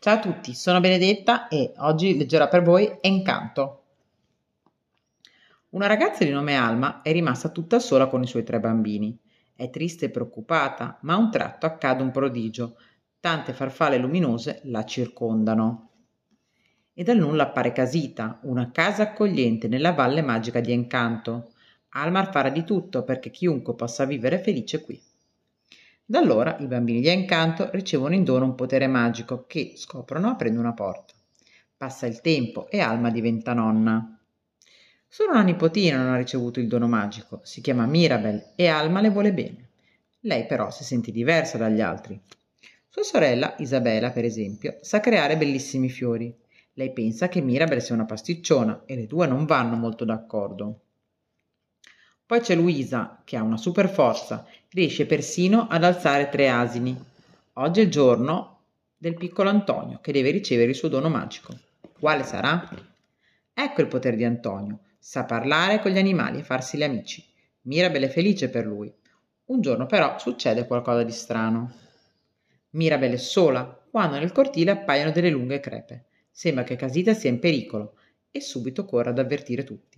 Ciao a tutti, sono Benedetta e oggi leggerò per voi Encanto. Una ragazza di nome Alma è rimasta tutta sola con i suoi 3 bambini. È triste e preoccupata, ma a un tratto accade un prodigio. Tante farfalle luminose la circondano. E dal nulla appare Casita, una casa accogliente nella valle magica di Encanto. Alma farà di tutto perché chiunque possa vivere felice qui. Da allora i bambini di Encanto ricevono in dono un potere magico che scoprono aprendo una porta. Passa il tempo e Alma diventa nonna. Solo una nipotina non ha ricevuto il dono magico, si chiama Mirabel e Alma le vuole bene. Lei però si sente diversa dagli altri. Sua sorella, Isabella, per esempio, sa creare bellissimi fiori. Lei pensa che Mirabel sia una pasticciona e le due non vanno molto d'accordo. Poi c'è Luisa, che ha una super forza, riesce persino ad alzare 3 asini. Oggi è il giorno del piccolo Antonio, che deve ricevere il suo dono magico. Quale sarà? Ecco il potere di Antonio. Sa parlare con gli animali e farsi gli amici. Mirabel è felice per lui. Un giorno però succede qualcosa di strano. Mirabel è sola, quando nel cortile appaiono delle lunghe crepe. Sembra che Casita sia in pericolo e subito corre ad avvertire tutti.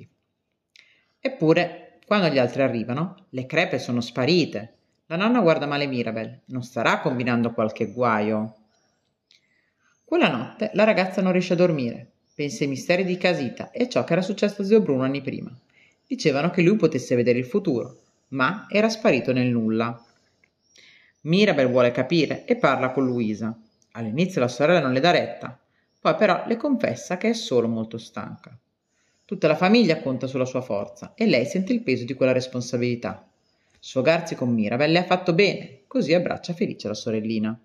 Eppure, quando gli altri arrivano, le crepe sono sparite. La nonna guarda male Mirabel. Non starà combinando qualche guaio? Quella notte la ragazza non riesce a dormire. Pensa ai misteri di Casita e a ciò che era successo a zio Bruno anni prima. Dicevano che lui potesse vedere il futuro, ma era sparito nel nulla. Mirabel vuole capire e parla con Luisa. All'inizio la sorella non le dà retta, poi però le confessa che è solo molto stanca. Tutta la famiglia conta sulla sua forza e lei sente il peso di quella responsabilità. Sfogarsi con Mirabel le ha fatto bene, così abbraccia felice la sorellina.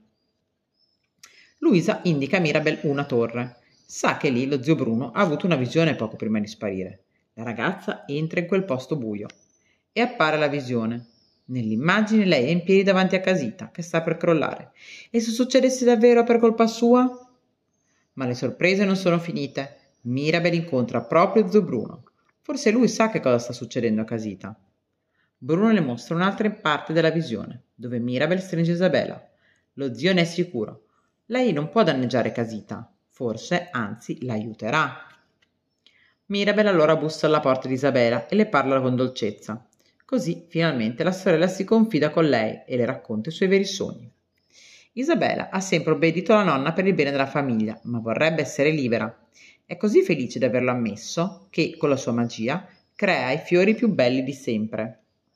Luisa indica a Mirabel una torre. Sa che lì lo zio Bruno ha avuto una visione poco prima di sparire. La ragazza entra in quel posto buio e appare la visione. Nell'immagine lei è in piedi davanti a Casita, che sta per crollare. E se succedesse davvero per colpa sua? Ma le sorprese non sono finite. Mirabel incontra proprio zio Bruno. Forse lui sa che cosa sta succedendo a Casita. Bruno le mostra un'altra parte della visione, dove Mirabel stringe Isabella. Lo zio ne è sicuro. Lei non può danneggiare Casita. Forse, anzi, l'aiuterà. Mirabel allora bussa alla porta di Isabella e le parla con dolcezza. Così, finalmente, la sorella si confida con lei e le racconta i suoi veri sogni. Isabella ha sempre obbedito alla nonna per il bene della famiglia, ma vorrebbe essere libera. È così felice di averlo ammesso che, con la sua magia, crea i fiori più belli di sempre.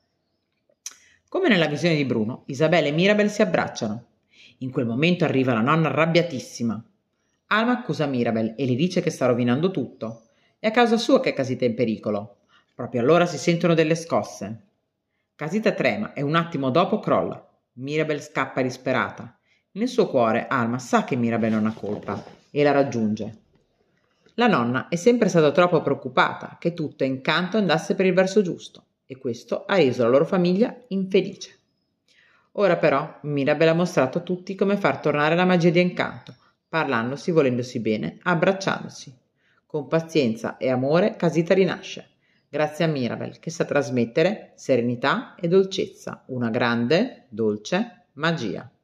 Come nella visione di Bruno, Isabella e Mirabel si abbracciano. In quel momento arriva la nonna arrabbiatissima. Alma accusa Mirabel e le dice che sta rovinando tutto. È a causa sua che Casita è in pericolo. Proprio allora si sentono delle scosse. Casita trema e un attimo dopo crolla. Mirabel scappa disperata. Nel suo cuore Alma sa che Mirabel non ha colpa e la raggiunge. La nonna è sempre stata troppo preoccupata che tutto Encanto andasse per il verso giusto e questo ha reso la loro famiglia infelice. Ora però Mirabel ha mostrato a tutti come far tornare la magia di Encanto, parlandosi, volendosi bene, abbracciandosi. Con pazienza e amore Casita rinasce, grazie a Mirabel che sa trasmettere serenità e dolcezza, una grande, dolce magia.